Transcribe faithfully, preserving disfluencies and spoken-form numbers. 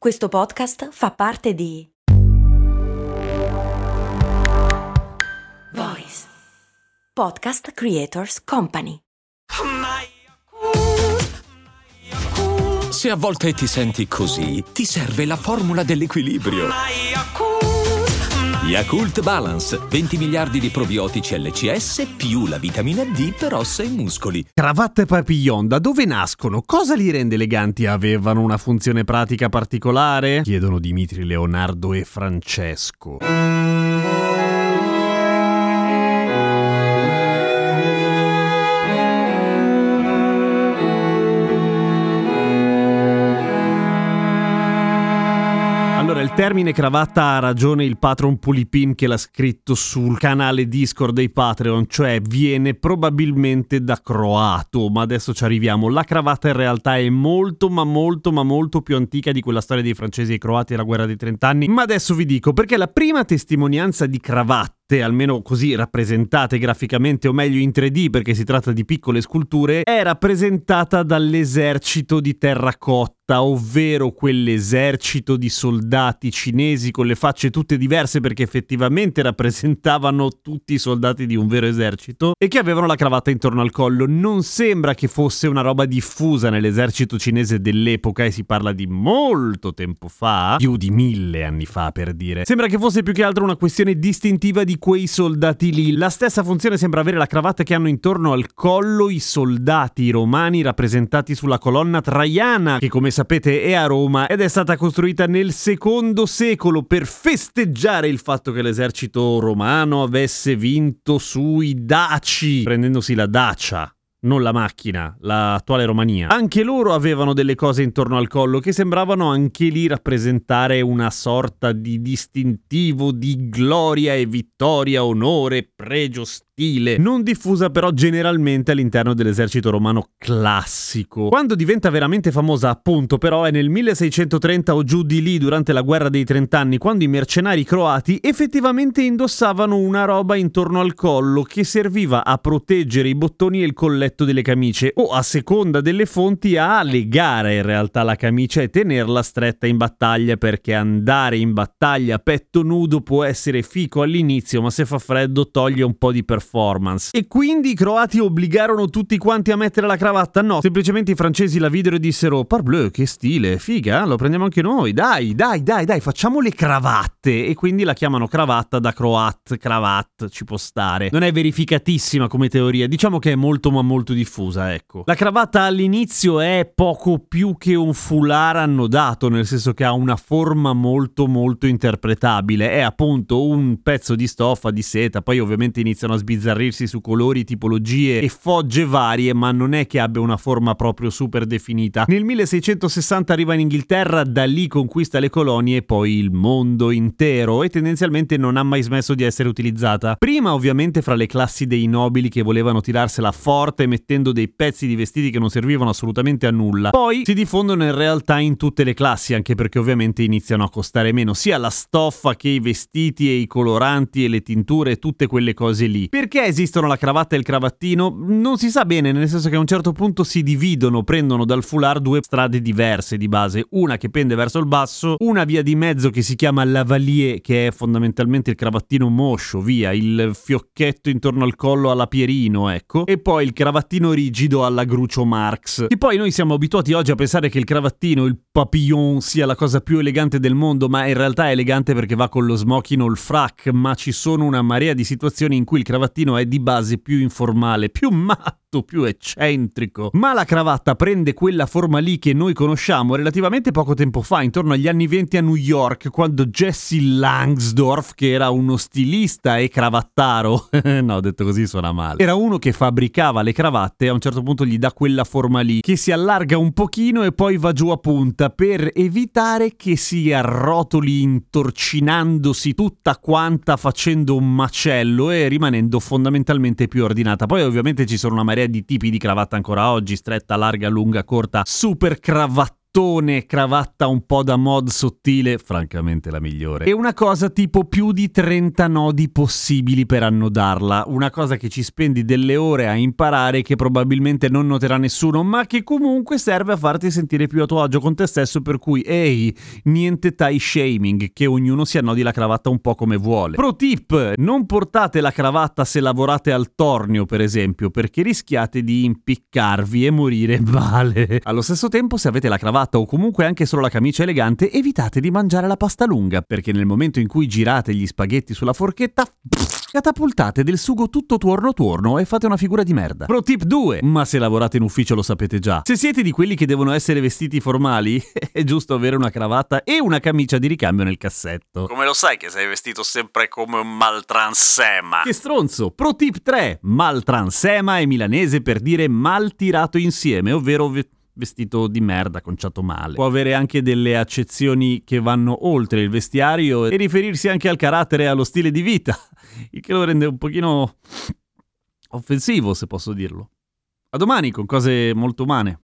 Questo podcast fa parte di Voice Podcast Creators Company. Se a volte ti senti così, ti serve la formula dell'equilibrio. Yakult Balance, venti miliardi di probiotici L C S più la vitamina D per ossa e muscoli. Cravatte papillon, da dove nascono? Cosa li rende eleganti? Avevano una funzione pratica particolare? Chiedono Dimitri, Leonardo e Francesco. Allora, il termine cravatta ha ragione il patron Pulipin che l'ha scritto sul canale Discord dei Patreon, cioè viene probabilmente da croato, ma adesso ci arriviamo. La cravatta in realtà è molto ma molto ma molto più antica di quella storia dei francesi e i croati e la guerra dei trent'anni, ma adesso vi dico perché la prima testimonianza di cravatte, almeno così rappresentate graficamente, o meglio in tre D perché si tratta di piccole sculture, è rappresentata dall'esercito di terracotta, ovvero quell'esercito di soldati cinesi con le facce tutte diverse perché effettivamente rappresentavano tutti i soldati di un vero esercito e che avevano la cravatta intorno al collo. Non sembra che fosse una roba diffusa nell'esercito cinese dell'epoca, e si parla di molto tempo fa, più di mille anni fa per dire. Sembra che fosse più che altro una questione distintiva di quei soldati lì. La stessa funzione sembra avere la cravatta che hanno intorno al collo i soldati romani rappresentati sulla colonna Traiana, che come sapete è a Roma ed è stata costruita nel secondo secolo per festeggiare il fatto che l'esercito romano avesse vinto sui Daci, prendendosi la Dacia. Non la macchina, l'attuale Romania. Anche loro avevano delle cose intorno al collo che sembravano anche lì rappresentare una sorta di distintivo di gloria e vittoria, onore, pregio, stile, non diffusa però generalmente all'interno dell'esercito romano classico. Quando diventa veramente famosa, appunto, però è nel milleseicentotrenta o giù di lì, durante la guerra dei trent'anni, quando i mercenari croati effettivamente indossavano una roba intorno al collo che serviva a proteggere i bottoni e il colletto delle camicie, o a seconda delle fonti a legare in realtà la camicia e tenerla stretta in battaglia, perché andare in battaglia a petto nudo può essere fico all'inizio, ma se fa freddo toglie un po' di performance. E quindi i croati obbligarono tutti quanti a mettere la cravatta? No, semplicemente i francesi la videro e dissero parbleu, che stile, figa, lo prendiamo anche noi, dai, dai, dai, dai, facciamo le cravatte, e quindi la chiamano cravatta da croat, cravat, ci può stare. Non è verificatissima come teoria, diciamo che è molto ma molto diffusa, ecco. La cravatta all'inizio è poco più che un foulard annodato, nel senso che ha una forma molto molto interpretabile, è appunto un pezzo di stoffa, di seta, poi ovviamente iniziano a sbizzarrirsi su colori, tipologie e fogge varie, ma non è che abbia una forma proprio super definita. Nel milleseicentosessanta arriva in Inghilterra, da lì conquista le colonie e poi il mondo intero, e tendenzialmente non ha mai smesso di essere utilizzata. Prima ovviamente fra le classi dei nobili che volevano tirarsela forte mettendo dei pezzi di vestiti che non servivano assolutamente a nulla, poi si diffondono in realtà in tutte le classi, anche perché ovviamente iniziano a costare meno sia la stoffa che i vestiti e i coloranti e le tinture e tutte quelle cose lì. Perché esistono la cravatta e il cravattino? Non si sa bene, nel senso che a un certo punto si dividono, prendono dal foulard due strade diverse di base, una che pende verso il basso, una via di mezzo che si chiama lavalier, che è fondamentalmente il cravattino moscio, via, il fiocchetto intorno al collo alla Pierino, ecco, e poi il cravattino rigido alla Groucho Marx. E poi noi siamo abituati oggi a pensare che il cravattino, il papillon, sia la cosa più elegante del mondo, ma in realtà è elegante perché va con lo smoking o il frac, ma ci sono una marea di situazioni in cui il cravattino è di base più informale, più matto, più eccentrico. Ma la cravatta prende quella forma lì che noi conosciamo relativamente poco tempo fa, intorno agli anni venti a New York, quando Jesse Langsdorff, che era uno stilista e cravattaro, no, detto così suona male, era uno che fabbricava le cravatte, a un certo punto gli dà quella forma lì, che si allarga un pochino e poi va giù a punta, per evitare che si arrotoli intorcinandosi tutta quanta, facendo un macello e rimanendo fondamentalmente più ordinata. Poi ovviamente ci sono una marea di tipi di cravatta ancora oggi, stretta, larga, lunga, corta, super cravatta, cravattone, cravatta un po' da mod sottile, francamente la migliore. E una cosa tipo più di trenta nodi possibili per annodarla, una cosa che ci spendi delle ore a imparare che probabilmente non noterà nessuno, ma che comunque serve a farti sentire più a tuo agio con te stesso, per cui ehi, niente tie shaming, che ognuno si annodi la cravatta un po' come vuole. Pro tip: non portate la cravatta se lavorate al tornio, per esempio, perché rischiate di impiccarvi e morire male. Allo stesso tempo, se avete la cravatta o comunque anche solo la camicia elegante, evitate di mangiare la pasta lunga, perché nel momento in cui girate gli spaghetti sulla forchetta, pff, catapultate del sugo tutto tuorno tuorno e fate una figura di merda. Pro tip due: ma se lavorate in ufficio lo sapete già. Se siete di quelli che devono essere vestiti formali, è giusto avere una cravatta e una camicia di ricambio nel cassetto. Come lo sai che sei vestito sempre come un maltransema? Che stronzo! Pro tip tre: maltransema è milanese per dire mal tirato insieme, ovvero ve- vestito di merda, conciato male. Può avere anche delle accezioni che vanno oltre il vestiario e riferirsi anche al carattere e allo stile di vita, il che lo rende un pochino offensivo, se posso dirlo. A domani con cose molto umane.